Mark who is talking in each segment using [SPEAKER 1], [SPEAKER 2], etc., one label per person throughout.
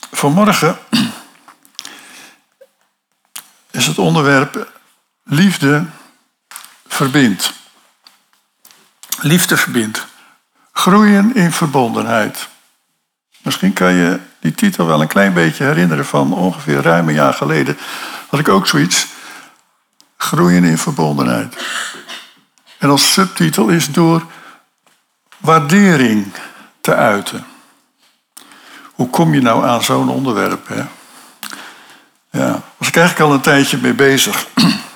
[SPEAKER 1] Vanmorgen is het onderwerp liefde verbindt. Liefde verbindt. Groeien in verbondenheid. Misschien kan je die titel wel een klein beetje herinneren van ongeveer ruim een jaar geleden. Had ik ook zoiets. Groeien in verbondenheid. En als subtitel is door waardering te uiten. Hoe kom je nou aan zo'n onderwerp? Hè? Ja, daar was ik eigenlijk al een tijdje mee bezig.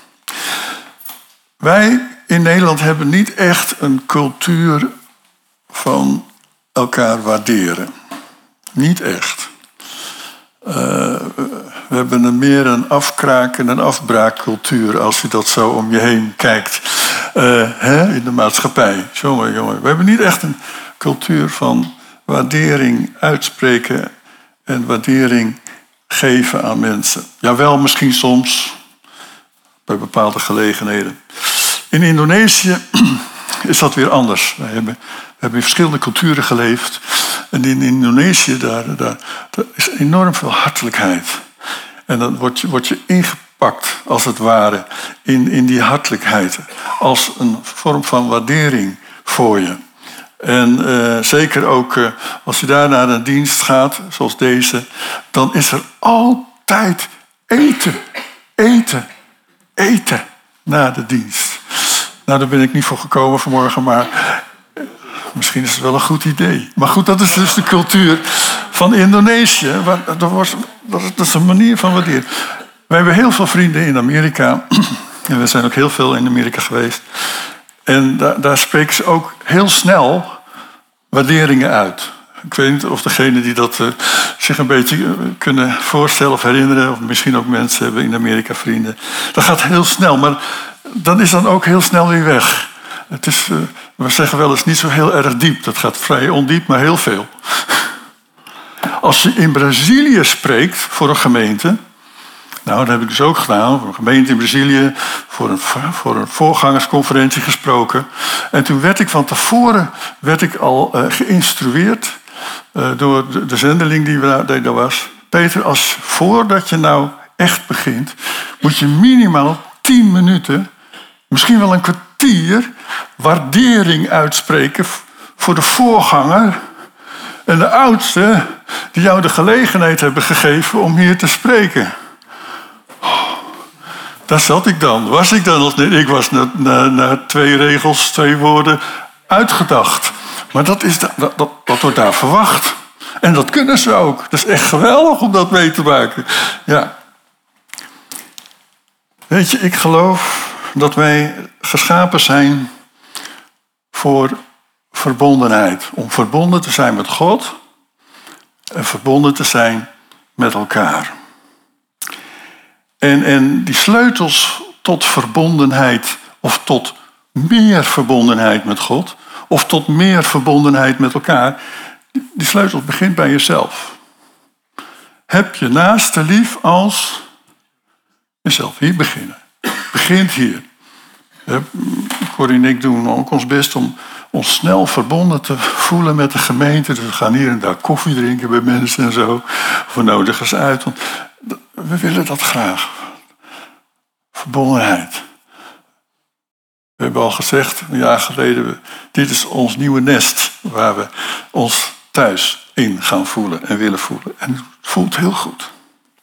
[SPEAKER 1] Wij in Nederland hebben niet echt een cultuur van elkaar waarderen. Niet echt. We hebben meer een afkraken- en afbraakcultuur als je dat zo om je heen kijkt in de maatschappij. Jongen. We hebben niet echt een cultuur van waardering uitspreken en waardering geven aan mensen. Jawel, misschien soms, bij bepaalde gelegenheden. In Indonesië is dat weer anders. We hebben in verschillende culturen geleefd. En in Indonesië, daar is enorm veel hartelijkheid. En dan word je ingepakt, als het ware, in die hartelijkheid. Als een vorm van waardering voor je. En zeker ook als je daar naar een dienst gaat, zoals deze, dan is er altijd eten na de dienst. Nou, daar ben ik niet voor gekomen vanmorgen, maar misschien is het wel een goed idee. Maar goed, dat is dus de cultuur van Indonesië. Dat is een manier van waarderen. Wij hebben heel veel vrienden in Amerika. En we zijn ook heel veel in Amerika geweest. En daar spreken ze ook heel snel waarderingen uit. Ik weet niet of degenen die dat zich een beetje kunnen voorstellen of herinneren, of misschien ook mensen hebben in Amerika vrienden. Dat gaat heel snel, maar dat is dan ook heel snel weer weg. Het is, we zeggen wel eens niet zo heel erg diep. Dat gaat vrij ondiep, maar heel veel. Als je in Brazilië spreekt voor een gemeente. Nou, dat heb ik dus ook gedaan. Voor een gemeente in Brazilië. Voor een voorgangersconferentie gesproken. En toen werd ik van tevoren al geïnstrueerd. Door de zendeling die daar was. Peter, voordat je nou echt begint. Moet je minimaal 10 minuten. Misschien wel een kwartier. Waardering uitspreken voor de voorganger. En de oudste die jou de gelegenheid hebben gegeven om hier te spreken. Daar zat ik dan. Was ik dan als net? Ik was na 2 regels, 2 woorden uitgedacht. Maar dat wordt daar verwacht. En dat kunnen ze ook. Dat is echt geweldig om dat mee te maken. Ja. Weet je, ik geloof dat wij geschapen zijn voor verbondenheid. Om verbonden te zijn met God en verbonden te zijn met elkaar. En die sleutels tot verbondenheid of tot meer verbondenheid met God of tot meer verbondenheid met elkaar, die sleutel begint bij jezelf. Heb je naaste lief als jezelf. Hier beginnen. Begint hier. Corrie en ik doen ook ons best om ons snel verbonden te voelen met de gemeente. Dus we gaan hier en daar koffie drinken bij mensen en zo. Of we nodigen ze uit. Want we willen dat graag. Verbondenheid. We hebben al gezegd, een jaar geleden, dit is ons nieuwe nest. Waar we ons thuis in gaan voelen en willen voelen. En het voelt heel goed.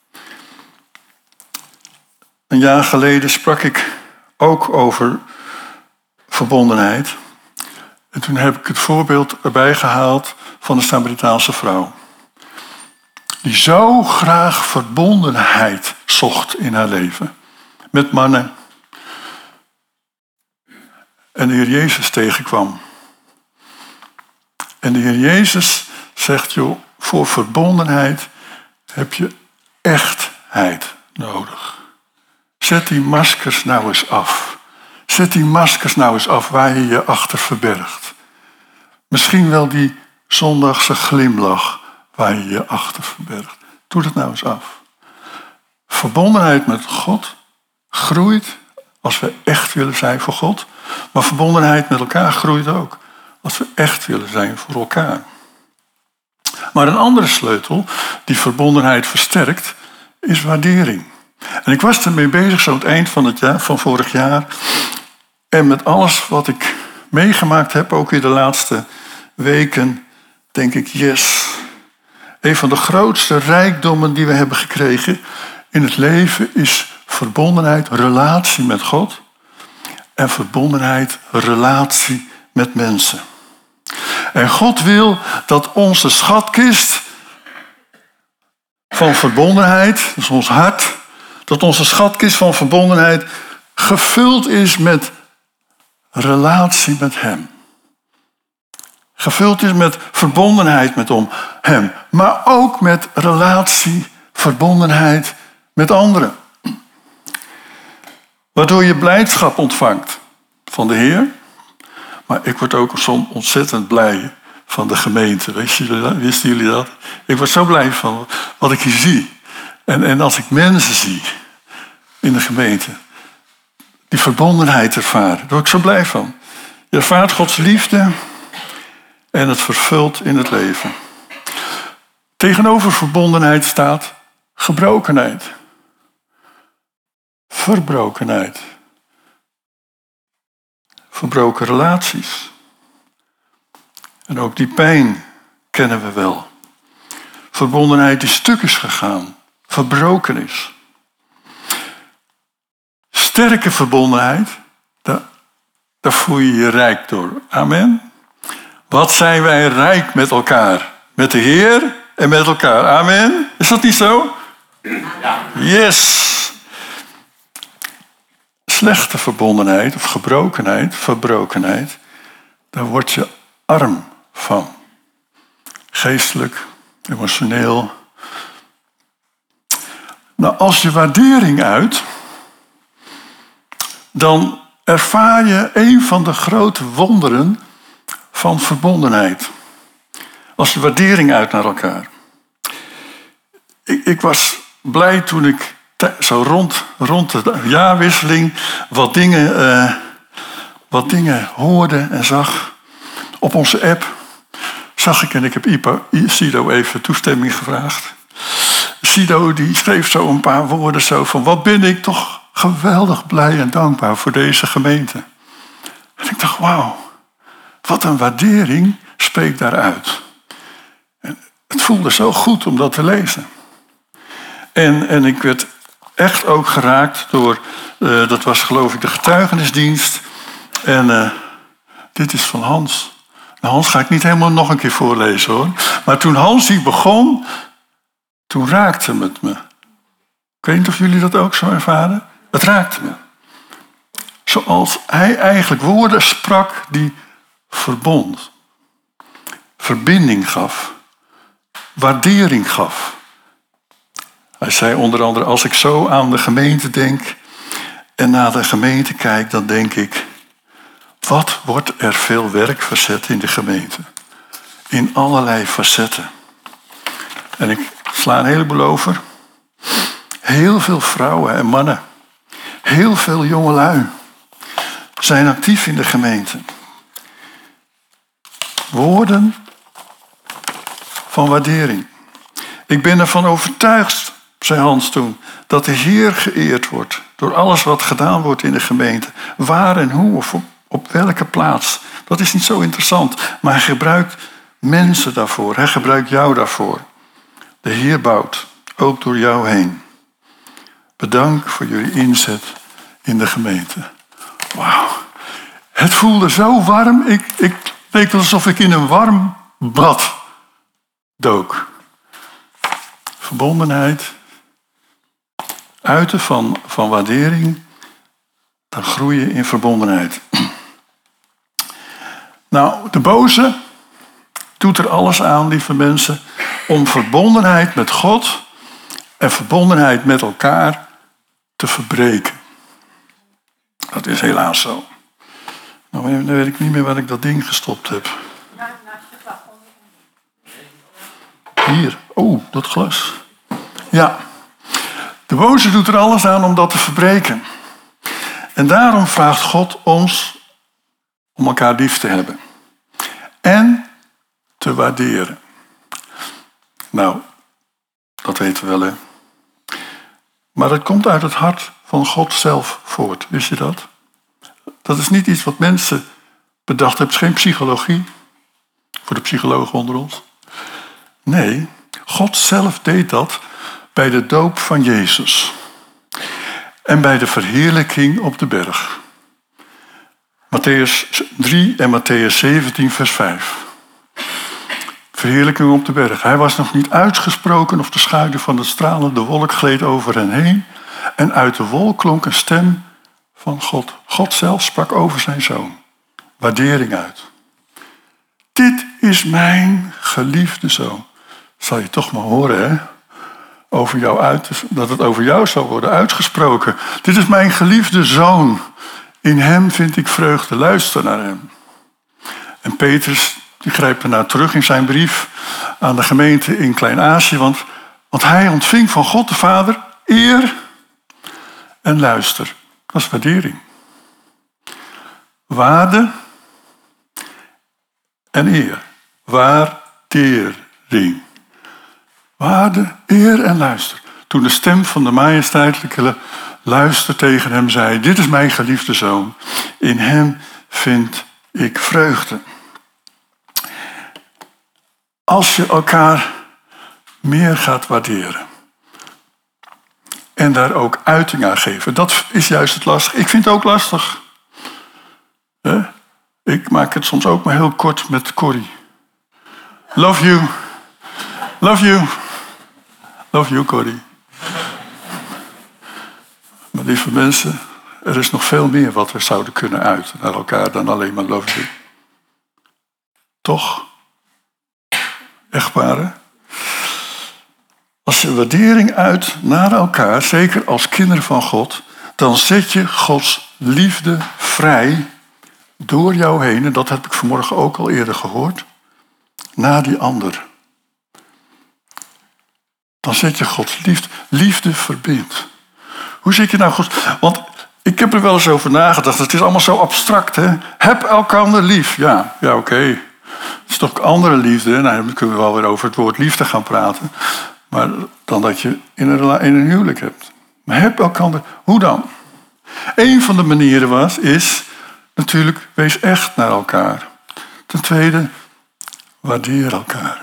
[SPEAKER 1] Een jaar geleden sprak ik ook over verbondenheid. En toen heb ik het voorbeeld erbij gehaald van de Samaritaanse vrouw. Die zo graag verbondenheid zocht in haar leven. Met mannen. En de Heer Jezus tegenkwam. En de Heer Jezus zegt, joh, voor verbondenheid heb je echtheid nodig. Zet die maskers nou eens af. Zet die maskers nou eens af waar je je achter verbergt. Misschien wel die zondagse glimlach waar je je achter verbergt. Doe dat nou eens af. Verbondenheid met God groeit als we echt willen zijn voor God. Maar verbondenheid met elkaar groeit ook als we echt willen zijn voor elkaar. Maar een andere sleutel die verbondenheid versterkt, is waardering. En ik was ermee bezig zo aan het eind van het jaar, van vorig jaar. En met alles wat ik meegemaakt heb, ook in de laatste weken, denk ik, yes. Een van de grootste rijkdommen die we hebben gekregen in het leven is verbondenheid, relatie met God. En verbondenheid, relatie met mensen. En God wil dat onze schatkist van verbondenheid, dus ons hart, dat onze schatkist van verbondenheid gevuld is met relatie met Hem. Gevuld is met verbondenheid met Hem, maar ook met relatie, verbondenheid met anderen. Waardoor je blijdschap ontvangt van de Heer. Maar ik word ook soms ontzettend blij van de gemeente. Wisten jullie dat? Ik word zo blij van wat ik hier zie. En als ik mensen zie in de gemeente, die verbondenheid ervaren, daar word ik zo blij van. Je ervaart Gods liefde en het vervult in het leven. Tegenover verbondenheid staat gebrokenheid. Verbrokenheid. Verbroken relaties. En ook die pijn kennen we wel. Verbondenheid die stuk is gegaan. Verbroken is. Sterke verbondenheid, daar voel je je rijk door. Amen. Wat zijn wij rijk met elkaar? Met de Heer en met elkaar. Amen. Is dat niet zo? Ja. Yes. Slechte verbondenheid of gebrokenheid, verbrokenheid, daar word je arm van. Geestelijk, emotioneel. Nou, als je waardering uit, dan ervaar je een van de grote wonderen van verbondenheid. Als je waardering uit naar elkaar. Ik was blij toen ik zo rond de jaarwisseling wat dingen hoorde en zag. Op onze app zag ik, en ik heb Sido even toestemming gevraagd. Sido die schreef zo een paar woorden zo van: wat ben ik toch geweldig blij en dankbaar voor deze gemeente. En ik dacht, wauw, wat een waardering spreekt daaruit. En het voelde zo goed om dat te lezen. En ik werd echt ook geraakt door, dat was geloof ik de getuigenisdienst. En dit is van Hans. Nou, Hans ga ik niet helemaal nog een keer voorlezen hoor. Maar toen Hans hier begon, toen raakte het me. Ik weet niet of jullie dat ook zo ervaren. Het raakte me. Zoals hij eigenlijk woorden sprak die verbond. Verbinding gaf. Waardering gaf. Hij zei onder andere, als ik zo aan de gemeente denk en naar de gemeente kijk, dan denk ik, wat wordt er veel werk verzet in de gemeente? In allerlei facetten. En ik sla een heleboel over. Heel veel vrouwen en mannen, heel veel jongelui zijn actief in de gemeente. Woorden van waardering. Ik ben ervan overtuigd, zei Hans toen, dat de Heer geëerd wordt door alles wat gedaan wordt in de gemeente. Waar en hoe of op welke plaats. Dat is niet zo interessant. Maar hij gebruikt mensen daarvoor. Hij gebruikt jou daarvoor. De Heer bouwt, ook door jou heen. Bedankt voor jullie inzet in de gemeente. Wauw. Het voelde zo warm. Ik leek alsof ik in een warm bad dook. Verbondenheid. Uiten van waardering. Dan groei je in verbondenheid. Nou, de boze doet er alles aan, lieve mensen, om verbondenheid met God en verbondenheid met elkaar te verbreken. Dat is helaas zo. Nou, nu weet ik niet meer waar ik dat ding gestopt heb. Hier, oh, dat glas. Ja, de boze doet er alles aan om dat te verbreken. En daarom vraagt God ons om elkaar lief te hebben. En te waarderen. Nou, dat weten we wel, hè. Maar het komt uit het hart van God zelf voort. Wist je dat? Dat is niet iets wat mensen bedacht hebben. Het is geen psychologie. Voor de psychologen onder ons. Nee, God zelf deed dat bij de doop van Jezus. En bij de verheerlijking op de berg. Matthäus 3 en Matthäus 17 vers 5. Verheerlijking op de berg. Hij was nog niet uitgesproken of de schaduw van de stralende wolk gleed over hen heen. En uit de wolk klonk een stem van God. God zelf sprak over zijn zoon. Waardering uit. Dit is mijn geliefde zoon. Zal je toch maar horen, hè? Over jou dat het over jou zal worden uitgesproken. Dit is mijn geliefde zoon. In hem vind ik vreugde. Luister naar hem. En Petrus die grijpt ernaar terug in zijn brief aan de gemeente in Klein-Azië. Want hij ontving van God de Vader eer en luister. Dat is waardering. Waarde en eer. Waardering. Waarde, eer en luister. Toen de stem van de majesteitelijke luister tegen hem zei: dit is mijn geliefde zoon. In hem vind ik vreugde. Als je elkaar meer gaat waarderen. En daar ook uiting aan geven. Dat is juist het lastige. Ik vind het ook lastig. Ik maak het soms ook maar heel kort met Corrie. Love you. Love you. Love you, Corrie. Maar lieve mensen, er is nog veel meer wat we zouden kunnen uiten naar elkaar dan alleen maar love you. Toch? Echtparen? Als je waardering uit naar elkaar, zeker als kinderen van God, dan zet je Gods liefde vrij door jou heen, en dat heb ik vanmorgen ook al eerder gehoord, naar die ander. Dan zet je Gods liefde verbindt. Hoe zit je nou Gods... Want ik heb er wel eens over nagedacht. Het is allemaal zo abstract, hè? Heb elkander lief. Ja, oké. Het is toch andere liefde. Hè? Nou, dan kunnen we wel weer over het woord liefde gaan praten. Maar dan dat je in een huwelijk hebt. Maar heb elkander... Hoe dan? Een van de manieren is natuurlijk, wees echt naar elkaar. Ten tweede, waardeer elkaar.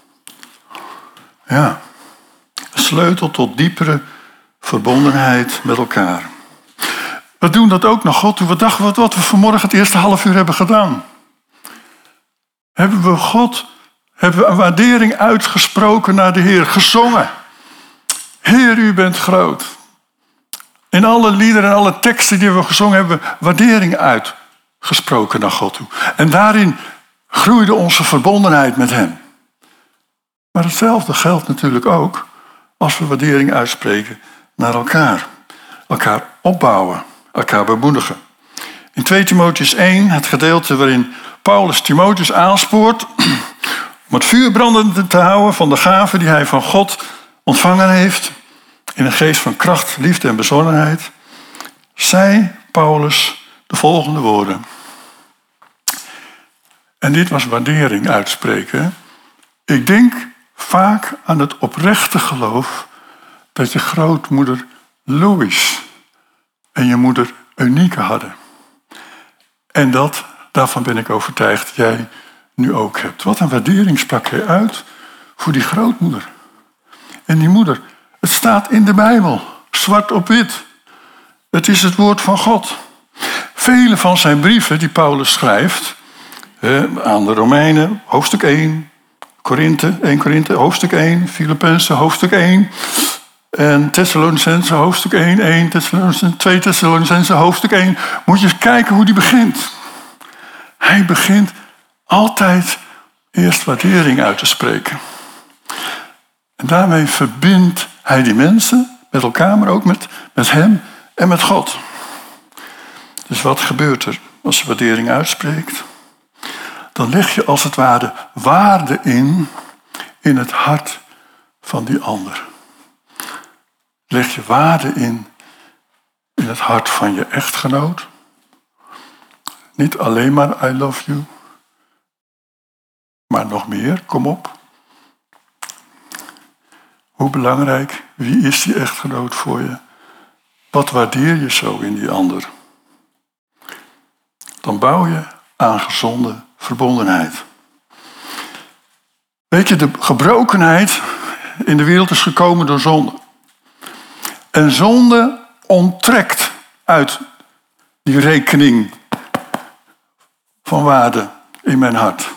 [SPEAKER 1] Ja. Een sleutel tot diepere verbondenheid met elkaar. We doen dat ook naar God toe. We dachten wat we vanmorgen het eerste half uur hebben gedaan. Hebben we een waardering uitgesproken naar de Heer. Gezongen. Heer, u bent groot. In alle liederen en alle teksten die we gezongen hebben, waardering uitgesproken naar God toe. En daarin groeide onze verbondenheid met hem. Maar hetzelfde geldt natuurlijk ook als we waardering uitspreken naar elkaar. Elkaar opbouwen, elkaar bemoedigen. In 2 Timotheüs 1, het gedeelte waarin Paulus Timotheus aanspoort om het vuur brandend te houden van de gaven die hij van God ontvangen heeft, in een geest van kracht, liefde en bezonnenheid, zei Paulus de volgende woorden. En dit was waardering uitspreken. Ik denk vaak aan het oprechte geloof dat je grootmoeder Louis en je moeder Eunice hadden. En daarvan ben ik overtuigd, jij nu ook hebt. Wat een waardering sprak hij uit voor die grootmoeder. En die moeder, het staat in de Bijbel, zwart op wit. Het is het woord van God. Vele van zijn brieven die Paulus schrijft aan de Romeinen, hoofdstuk 1, 1 Korinthe, hoofdstuk 1, Filippenzen, hoofdstuk 1... En Thessalonicense, hoofdstuk 1, 2 Thessalonicense, hoofdstuk 1. Moet je eens kijken hoe die begint. Hij begint altijd eerst waardering uit te spreken. En daarmee verbindt hij die mensen met elkaar, maar ook met hem en met God. Dus wat gebeurt er als je waardering uitspreekt? Dan leg je als het ware waarde in het hart van die ander. Leg je waarde in het hart van je echtgenoot. Niet alleen maar I love you. Maar nog meer, kom op. Hoe belangrijk, wie is die echtgenoot voor je? Wat waardeer je zo in die ander? Dan bouw je aan gezonde verbondenheid. Weet je, de gebrokenheid in de wereld is gekomen door zonde. En zonde onttrekt uit die rekening van waarde in mijn hart.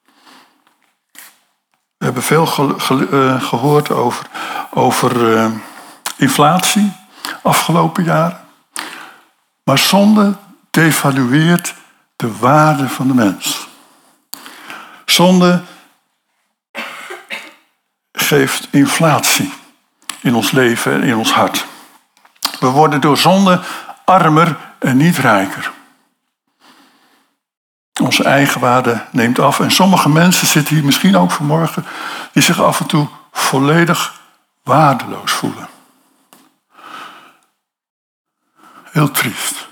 [SPEAKER 1] We hebben veel gehoord over inflatie afgelopen jaren. Maar zonde devalueert de waarde van de mens. Zonde geeft inflatie in ons leven en in ons hart. We worden door zonde armer en niet rijker. Onze eigenwaarde neemt af. En sommige mensen zitten hier misschien ook vanmorgen, die zich af en toe volledig waardeloos voelen. Heel triest.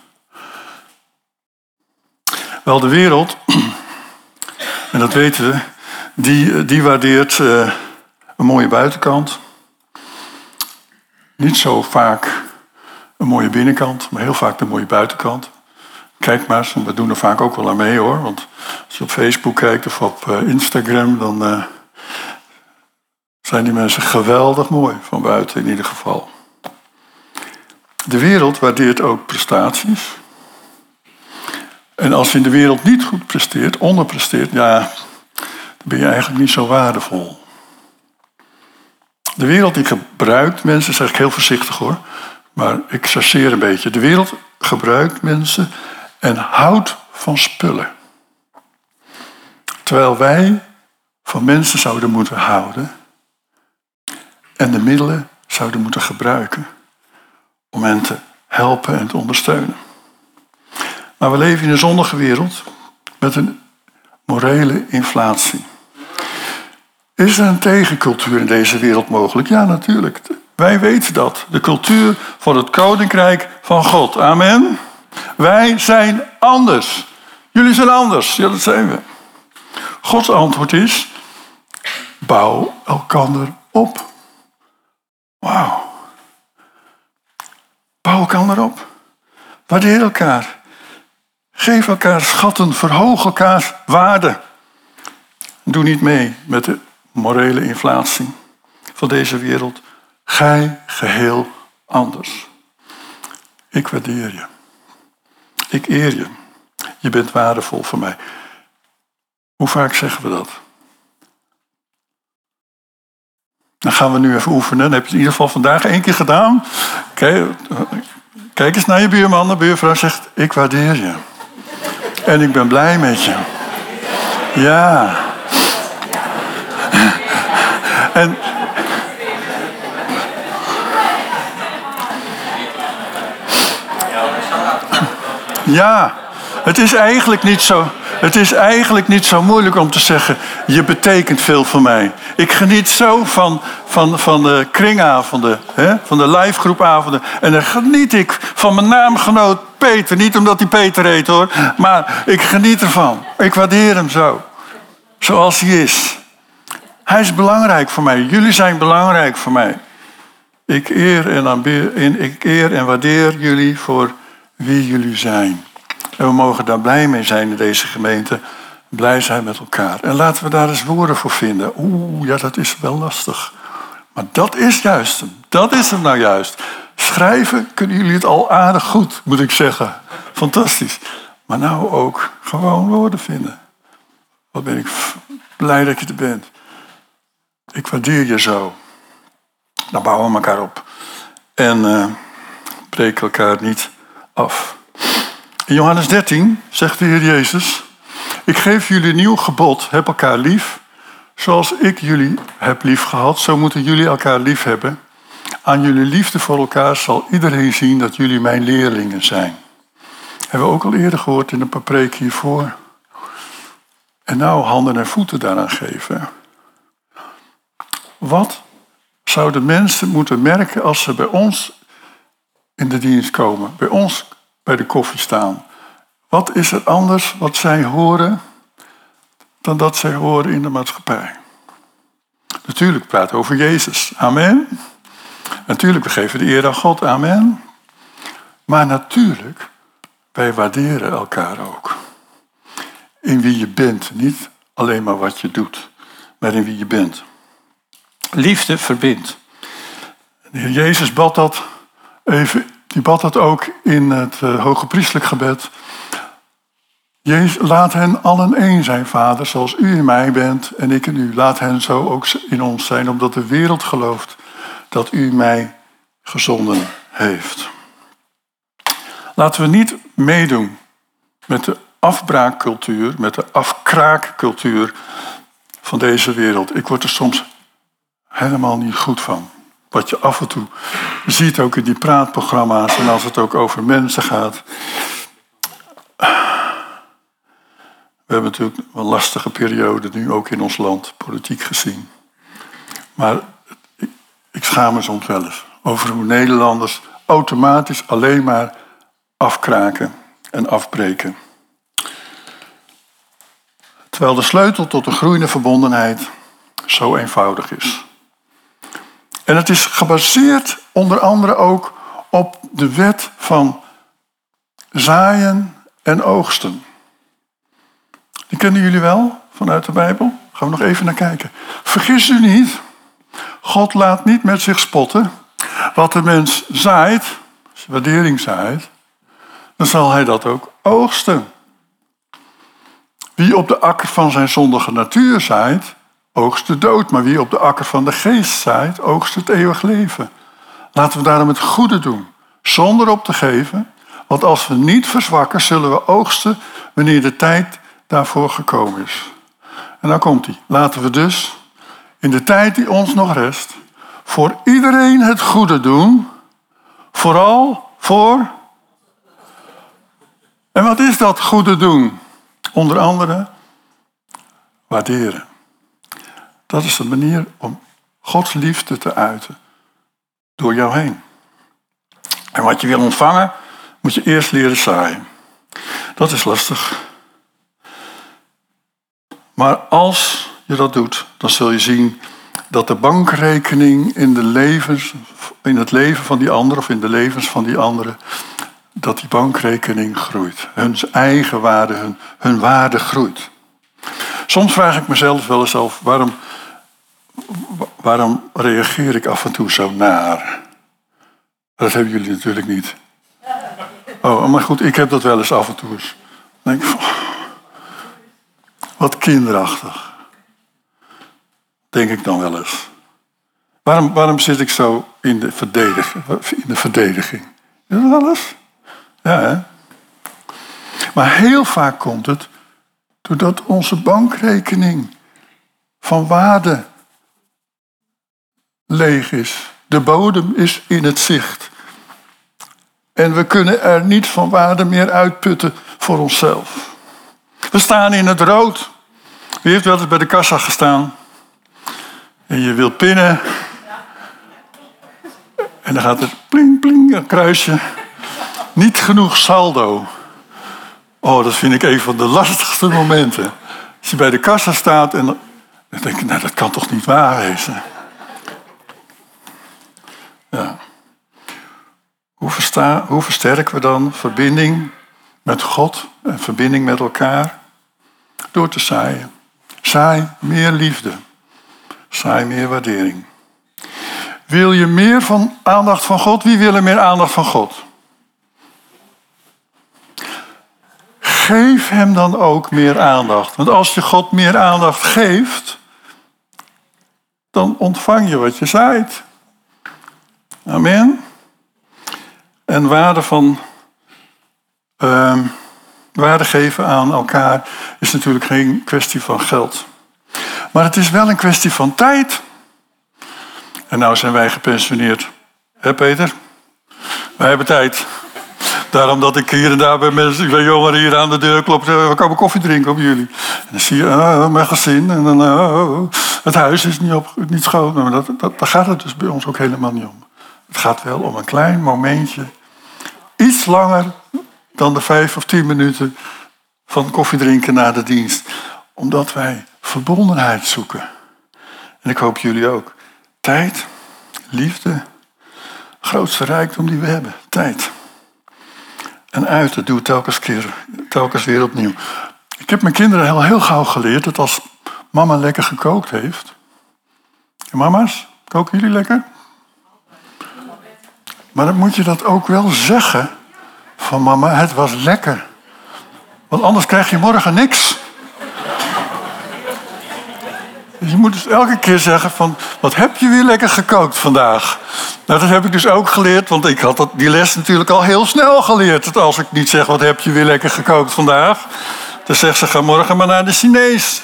[SPEAKER 1] Wel, de wereld, en dat weten we, die waardeert een mooie buitenkant. Niet zo vaak een mooie binnenkant, maar heel vaak de mooie buitenkant. Kijk maar, we doen er vaak ook wel aan mee hoor. Want als je op Facebook kijkt of op Instagram, dan zijn die mensen geweldig mooi van buiten in ieder geval. De wereld waardeert ook prestaties. En als je in de wereld niet goed presteert, onderpresteert, ja, dan ben je eigenlijk niet zo waardevol. De wereld die gebruikt mensen, zeg ik heel voorzichtig hoor, maar ik chargeer een beetje. De wereld gebruikt mensen en houdt van spullen. Terwijl wij van mensen zouden moeten houden en de middelen zouden moeten gebruiken om hen te helpen en te ondersteunen. Maar we leven in een zondige wereld met een morele inflatie. Is er een tegencultuur in deze wereld mogelijk? Ja, natuurlijk. Wij weten dat. De cultuur van het koninkrijk van God. Amen. Wij zijn anders. Jullie zijn anders. Ja, dat zijn we. Gods antwoord is: bouw elkander op. Wauw. Bouw elkander op. Waardeer elkaar. Geef elkaar schatten. Verhoog elkaars waarde. Doe niet mee met de morele inflatie van deze wereld. Gij geheel anders. Ik waardeer je. Ik eer je. Je bent waardevol voor mij. Hoe vaak zeggen we dat? Dan gaan we nu even oefenen. Dan heb je het in ieder geval vandaag 1 keer gedaan. Kijk eens naar je buurman. De buurvrouw zegt: ik waardeer je. En ik ben blij met je. Ja. En ja, het is eigenlijk niet zo moeilijk om te zeggen: je betekent veel voor mij. Ik geniet zo van de kringavonden, van de livegroepavonden. En dan geniet ik van mijn naamgenoot Peter. Niet omdat hij Peter heet hoor, maar ik geniet ervan. Ik waardeer hem zo. Zoals hij is. Hij is belangrijk voor mij. Jullie zijn belangrijk voor mij. Ik eer en waardeer jullie voor wie jullie zijn. En we mogen daar blij mee zijn in deze gemeente. Blij zijn met elkaar. En laten we daar eens woorden voor vinden. Ja, dat is wel lastig. Maar dat is juist hem. Dat is hem nou juist. Schrijven kunnen jullie het al aardig goed, moet ik zeggen. Fantastisch. Maar nou ook gewoon woorden vinden. Wat ben ik blij dat je er bent. Ik waardeer je zo. Dan bouwen we elkaar op. En breken elkaar niet af. In Johannes 13 zegt de Heer Jezus: ik geef jullie een nieuw gebod, heb elkaar lief. Zoals ik jullie heb lief gehad, zo moeten jullie elkaar lief hebben. Aan jullie liefde voor elkaar zal iedereen zien dat jullie mijn leerlingen zijn. Hebben we ook al eerder gehoord in een paar preken hiervoor. En nou handen en voeten daaraan geven. Wat zouden mensen moeten merken als ze bij ons in de dienst komen? Bij ons bij de koffie staan. Wat is er anders wat zij horen dan dat zij horen in de maatschappij? Natuurlijk praten over Jezus. Amen. Natuurlijk, we geven de eer aan God. Amen. Maar natuurlijk, wij waarderen elkaar ook. In wie je bent. Niet alleen maar wat je doet, maar in wie je bent. Liefde verbindt. De Heer Jezus bad dat even. Die bad dat ook in het hoge priestelijk gebed. Laat hen allen één zijn, Vader, zoals u in mij bent en ik in u. Laat hen zo ook in ons zijn, omdat de wereld gelooft dat u mij gezonden heeft. Laten we niet meedoen met de afbraakcultuur, met de afkraakcultuur van deze wereld. Ik word er soms helemaal niet goed van. Wat je af en toe ziet ook in die praatprogramma's en als het ook over mensen gaat. We hebben natuurlijk een lastige periode nu ook in ons land, politiek gezien. Maar ik schaam me soms wel eens over hoe Nederlanders automatisch alleen maar afkraken en afbreken. Terwijl de sleutel tot een groeiende verbondenheid zo eenvoudig is. En het is gebaseerd onder andere ook op de wet van zaaien en oogsten. Die kennen jullie wel vanuit de Bijbel? Gaan we nog even naar kijken. Vergis u niet, God laat niet met zich spotten. Wat de mens zaait, als je waardering zaait, dan zal hij dat ook oogsten. Wie op de akker van zijn zondige natuur zaait, oogst de dood. Maar wie op de akker van de geest zaait, oogst het eeuwig leven. Laten we daarom het goede doen, zonder op te geven. Want als we niet verzwakken, zullen we oogsten wanneer de tijd daarvoor gekomen is. En dan komt hij. Laten we dus in de tijd die ons nog rest voor iedereen het goede doen. Vooral voor. En wat is dat goede doen? Onder andere waarderen. Dat is de manier om Gods liefde te uiten. Door jou heen. En wat je wil ontvangen, moet je eerst leren zaaien. Dat is lastig. Maar als je dat doet, dan zul je zien dat de bankrekening in het leven van die anderen of in de levens van die anderen, dat die bankrekening groeit. Hun eigen waarde, hun waarde groeit. Soms vraag ik mezelf wel eens af, waarom reageer ik af en toe zo naar? Dat hebben jullie natuurlijk niet. Oh, maar goed, ik heb dat wel eens af en toe eens. Dan denk ik, wat kinderachtig. Denk ik dan wel eens. Waarom zit ik zo in de verdediging? Is dat wel eens? Ja, hè? Maar heel vaak komt het doordat onze bankrekening van waarde leeg is. De bodem is in het zicht. En we kunnen er niet van waarde meer uitputten voor onszelf. We staan in het rood. Wie heeft wel eens bij de kassa gestaan? En je wilt pinnen. En dan gaat er pling, pling, een kruisje. Niet genoeg saldo. Oh, dat vind ik een van de lastigste momenten. Als je bij de kassa staat en dan denk je, nou, dat kan toch niet waar wezen? Ja. Hoe versterken we dan verbinding met God en verbinding met elkaar? Door te zaaien. Zaai meer liefde. Zaai meer waardering. Wil je meer aandacht van God? Wie wil er meer aandacht van God? Geef hem dan ook meer aandacht. Want als je God meer aandacht geeft, dan ontvang je wat je zaait. Amen. En waarde geven aan elkaar is natuurlijk geen kwestie van geld. Maar het is wel een kwestie van tijd. En nou zijn wij gepensioneerd. Hè, Peter? Wij hebben tijd. Daarom dat ik hier en daar bij jongeren hier aan de deur klop. We komen koffie drinken op jullie. En dan zie je, mijn gezin. En dan, het huis is niet schoon. Maar daar gaat het dus bij ons ook helemaal niet om. Het gaat wel om een klein momentje. Iets langer dan de 5 of 10 minuten van koffie drinken na de dienst. Omdat wij verbondenheid zoeken. En ik hoop jullie ook. Tijd, liefde, grootste rijkdom die we hebben. Tijd. En uiten, doe het telkens weer opnieuw. Ik heb mijn kinderen heel gauw geleerd dat als mama lekker gekookt heeft. En mama's, koken jullie lekker? Maar dan moet je dat ook wel zeggen. Van mama, het was lekker. Want anders krijg je morgen niks. Dus je moet dus elke keer zeggen van, wat heb je weer lekker gekookt vandaag? Nou, dat heb ik dus ook geleerd, want ik had die les natuurlijk al heel snel geleerd. Dat als ik niet zeg, wat heb je weer lekker gekookt vandaag? Dan zegt ze, ga morgen maar naar de Chinees.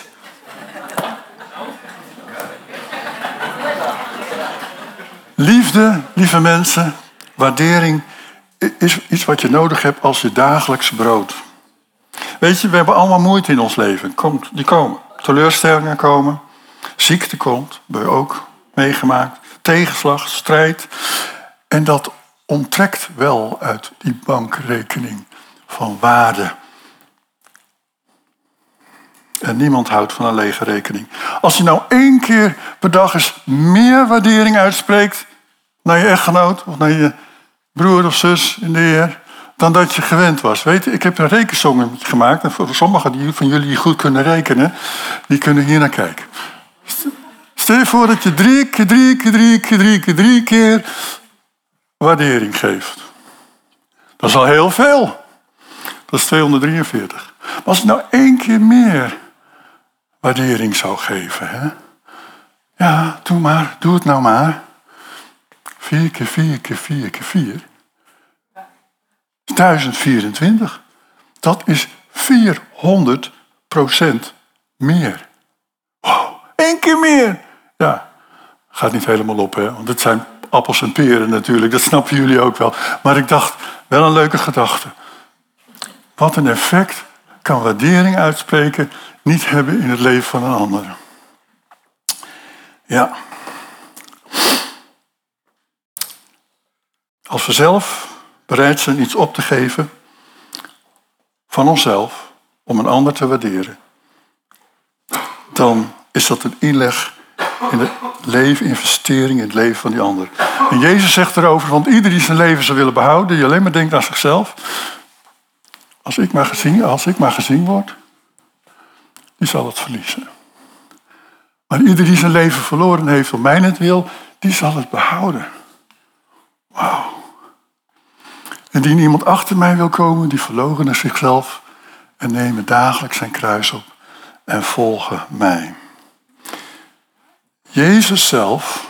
[SPEAKER 1] Liefde, lieve mensen, waardering is iets wat je nodig hebt als je dagelijks brood. Weet je, we hebben allemaal moeite in ons leven. Die komen. Teleurstellingen komen. Ziekte komt. Dat hebben we ook meegemaakt. Tegenslag, strijd. En dat onttrekt wel uit die bankrekening van waarde. En niemand houdt van een lege rekening. Als je nou 1 keer per dag eens meer waardering uitspreekt naar je echtgenoot of naar je broer of zus in de Heer, dan dat je gewend was. Weet je, ik heb een rekensom gemaakt. En voor sommigen van jullie die goed kunnen rekenen, die kunnen hier naar kijken. Stel je voor dat je 3 keer waardering geeft. Dat is al heel veel. Dat is 243. Maar als je nou 1 keer meer waardering zou geven. Hè? Ja, doe het nou maar. 4 keer 4 keer 4 keer 4. 1024. Dat is 400% meer. Wow, 1 keer meer. Ja, gaat niet helemaal op, hè? Want het zijn appels en peren natuurlijk. Dat snappen jullie ook wel. Maar ik dacht, wel een leuke gedachte. Wat een effect kan waardering uitspreken niet hebben in het leven van een ander. Ja. Als we zelf bereid zijn iets op te geven van onszelf om een ander te waarderen, dan is dat een inleg in het leven, investering in het leven van die ander. En Jezus zegt erover, want ieder die zijn leven zou willen behouden, die alleen maar denkt aan zichzelf, als ik maar gezien word, die zal het verliezen. Maar ieder die zijn leven verloren heeft om mijnentwil, die zal het behouden. Wauw. En die iemand achter mij wil komen, die verloochenen zichzelf en nemen dagelijks zijn kruis op en volgen mij. Jezus zelf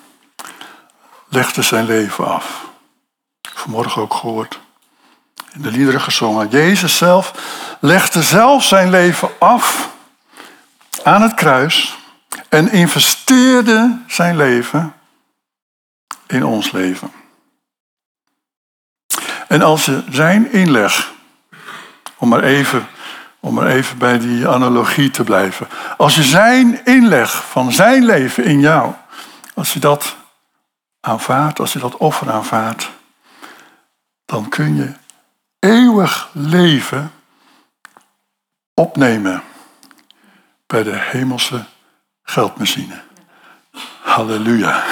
[SPEAKER 1] legde zijn leven af. Vanmorgen ook gehoord. In de liederen gezongen. Jezus zelf legde zelf zijn leven af aan het kruis en investeerde zijn leven in ons leven. En als je zijn inleg, om maar even bij die analogie te blijven, als je zijn inleg van zijn leven in jou, als je dat aanvaardt, als je dat offer aanvaardt, dan kun je eeuwig leven opnemen bij de hemelse geldmachine. Halleluja.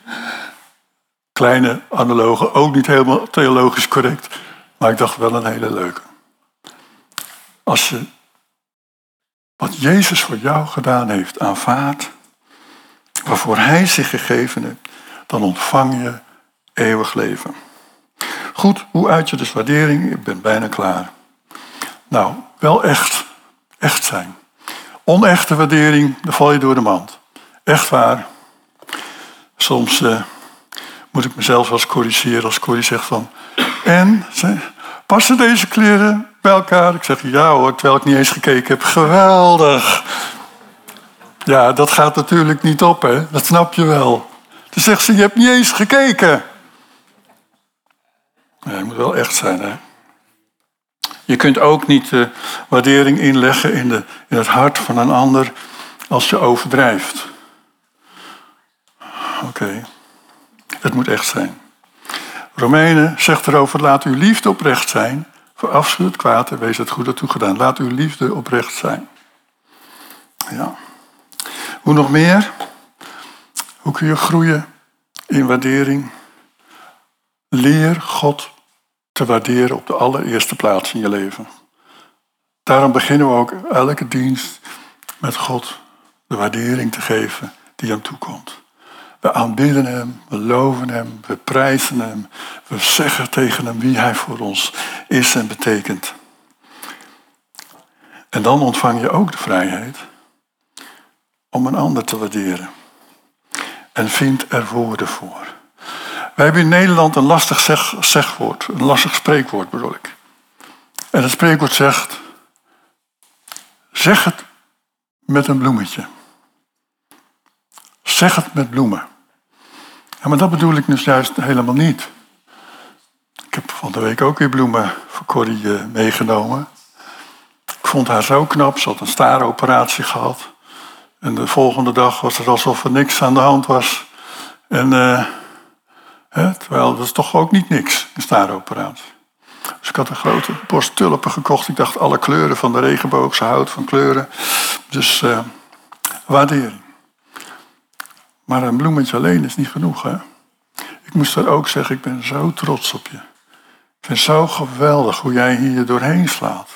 [SPEAKER 1] Kleine analoge, ook niet helemaal theologisch correct, maar ik dacht wel een hele leuke. Als je wat Jezus voor jou gedaan heeft aanvaardt, waarvoor hij zich gegeven heeft, dan ontvang je eeuwig leven. Goed, hoe uit je dus waardering? Ik ben bijna klaar. Nou, wel echt zijn. Onechte waardering, dan val je door de mand. Echt waar. Soms moet ik mezelf wel eens corrigeren als Corrie zegt van, en, passen deze kleren bij elkaar? Ik zeg, ja hoor, terwijl ik niet eens gekeken heb. Geweldig. Ja, dat gaat natuurlijk niet op, hè. Dat snap je wel. Dan zegt ze, je hebt niet eens gekeken. Ja, je moet wel echt zijn, hè. Je kunt ook niet waardering inleggen in het hart van een ander als je overdrijft. Oké. Het moet echt zijn. Romeinen zegt erover, laat uw liefde oprecht zijn. Verafschuw het kwaad en wees het goede toegedaan. Laat uw liefde oprecht zijn. Ja. Hoe nog meer? Hoe kun je groeien in waardering? Leer God te waarderen op de allereerste plaats in je leven. Daarom beginnen we ook elke dienst met God de waardering te geven die hem toekomt. We aanbidden hem, we loven hem, we prijzen hem. We zeggen tegen hem wie hij voor ons is en betekent. En dan ontvang je ook de vrijheid om een ander te waarderen. En vind er woorden voor. Wij hebben in Nederland een lastig zegwoord, een lastig spreekwoord bedoel ik. En het spreekwoord zegt, zeg het met een bloemetje. Zeg het met bloemen. Ja, maar dat bedoel ik dus juist helemaal niet. Ik heb van de week ook weer bloemen voor Corrie meegenomen. Ik vond haar zo knap, ze had een staaroperatie gehad. En de volgende dag was het alsof er niks aan de hand was. En terwijl dat is toch ook niet niks, een staaroperatie. Dus ik had een grote borst tulpen gekocht. Ik dacht alle kleuren van de regenboog, ze houdt van kleuren. Dus waardering. Maar een bloemetje alleen is niet genoeg, hè? Ik moest er ook zeggen, ik ben zo trots op je. Ik vind het zo geweldig hoe jij hier doorheen slaat.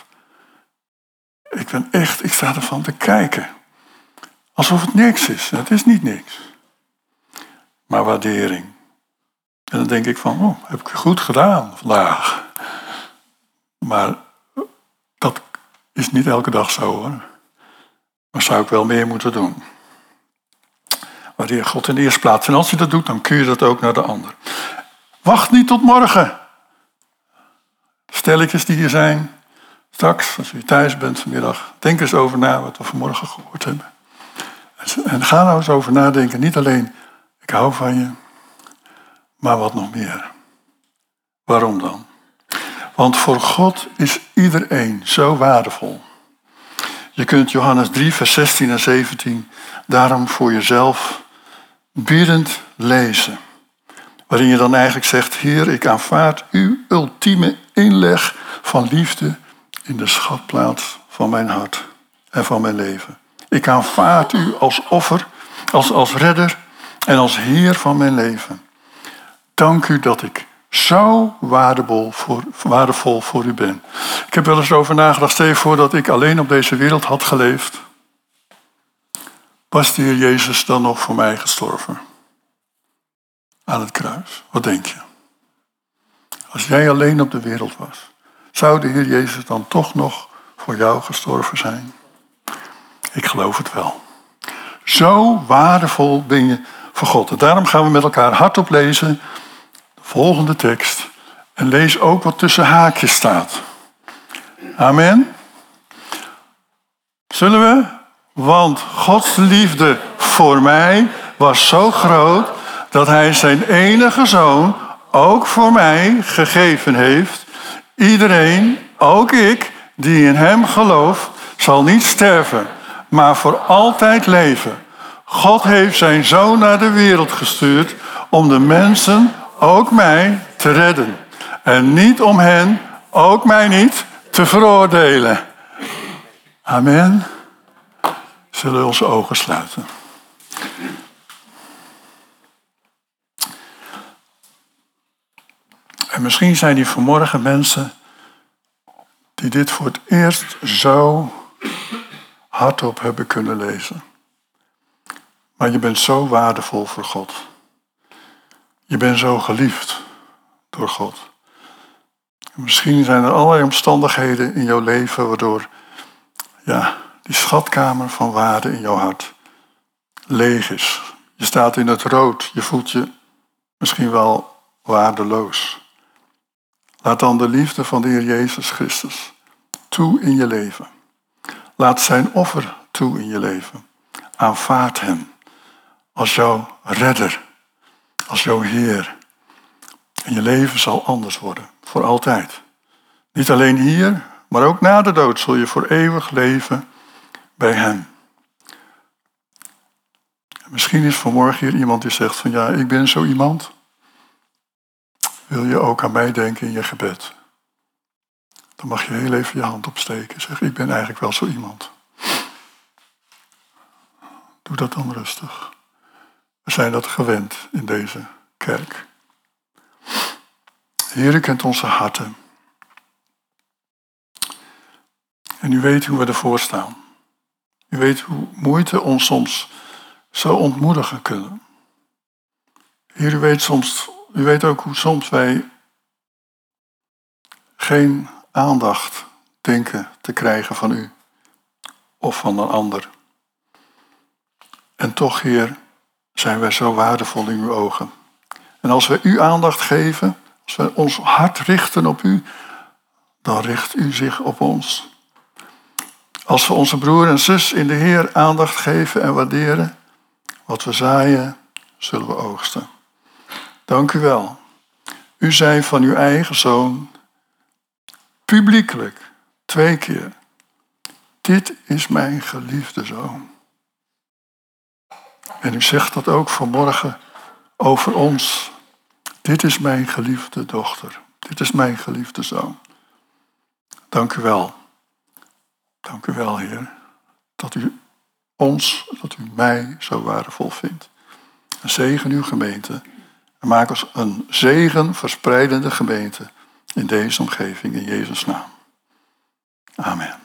[SPEAKER 1] Ik sta ervan te kijken. Alsof het niks is. Het is niet niks. Maar waardering. En dan denk ik van, heb ik goed gedaan vandaag. Maar dat is niet elke dag zo, hoor. Maar zou ik wel meer moeten doen. Waardeer God in de eerste plaats. En als je dat doet, dan kun je dat ook naar de ander. Wacht niet tot morgen. Stelletjes die hier zijn. Straks, als je thuis bent vanmiddag, denk eens over na wat we vanmorgen gehoord hebben. En ga nou eens over nadenken. Niet alleen, ik hou van je, maar wat nog meer. Waarom dan? Want voor God is iedereen zo waardevol. Je kunt Johannes 3, vers 16 en 17 daarom voor jezelf biddend lezen. Waarin je dan eigenlijk zegt, Heer, ik aanvaard uw ultieme inleg van liefde in de schatplaats van mijn hart en van mijn leven. Ik aanvaard u als offer, als redder en als Heer van mijn leven. Dank u dat ik zo waardevol voor u ben. Ik heb wel eens over nagedacht, stel je voor dat ik alleen op deze wereld had geleefd. Was de Heer Jezus dan nog voor mij gestorven? Aan het kruis. Wat denk je? Als jij alleen op de wereld was, zou de Heer Jezus dan toch nog voor jou gestorven zijn? Ik geloof het wel. Zo waardevol ben je voor God. En daarom gaan we met elkaar hardop lezen de volgende tekst. En lees ook wat tussen haakjes staat. Amen. Zullen we? Want Gods liefde voor mij was zo groot dat hij zijn enige zoon ook voor mij gegeven heeft. Iedereen, ook ik, die in hem gelooft, zal niet sterven, maar voor altijd leven. God heeft zijn zoon naar de wereld gestuurd om de mensen, ook mij, te redden. En niet om hen, ook mij niet, te veroordelen. Amen. Zullen we onze ogen sluiten. En misschien zijn die vanmorgen mensen die dit voor het eerst zo hardop hebben kunnen lezen. Maar je bent zo waardevol voor God. Je bent zo geliefd door God. En misschien zijn er allerlei omstandigheden in jouw leven waardoor die schatkamer van waarde in jouw hart leeg is. Je staat in het rood. Je voelt je misschien wel waardeloos. Laat dan de liefde van de Heer Jezus Christus toe in je leven. Laat zijn offer toe in je leven. Aanvaard hem als jouw redder, als jouw Heer. En je leven zal anders worden, voor altijd. Niet alleen hier, maar ook na de dood zul je voor eeuwig leven bij hem. En misschien is vanmorgen hier iemand die zegt van ik ben zo iemand. Wil je ook aan mij denken in je gebed? Dan mag je heel even je hand opsteken. Zeg, ik ben eigenlijk wel zo iemand. Doe dat dan rustig. We zijn dat gewend in deze kerk. Heer, u kent onze harten. En u weet hoe we ervoor staan. U weet hoe moeite ons soms zo ontmoedigen kunnen. Heer, u weet ook hoe soms wij geen aandacht denken te krijgen van u of van een ander. En toch, Heer, zijn wij zo waardevol in uw ogen. En als we u aandacht geven, als we ons hart richten op u, dan richt u zich op ons. Als we onze broer en zus in de Heer aandacht geven en waarderen, wat we zaaien, zullen we oogsten. Dank u wel. U zei van uw eigen zoon, publiekelijk, 2 keer, dit is mijn geliefde zoon. En u zegt dat ook vanmorgen over ons. Dit is mijn geliefde dochter. Dit is mijn geliefde zoon. Dank u wel. Dank u wel, Heer, dat u mij zo waardevol vindt. En zegen uw gemeente. En maak ons een zegen verspreidende gemeente in deze omgeving in Jezus' naam. Amen.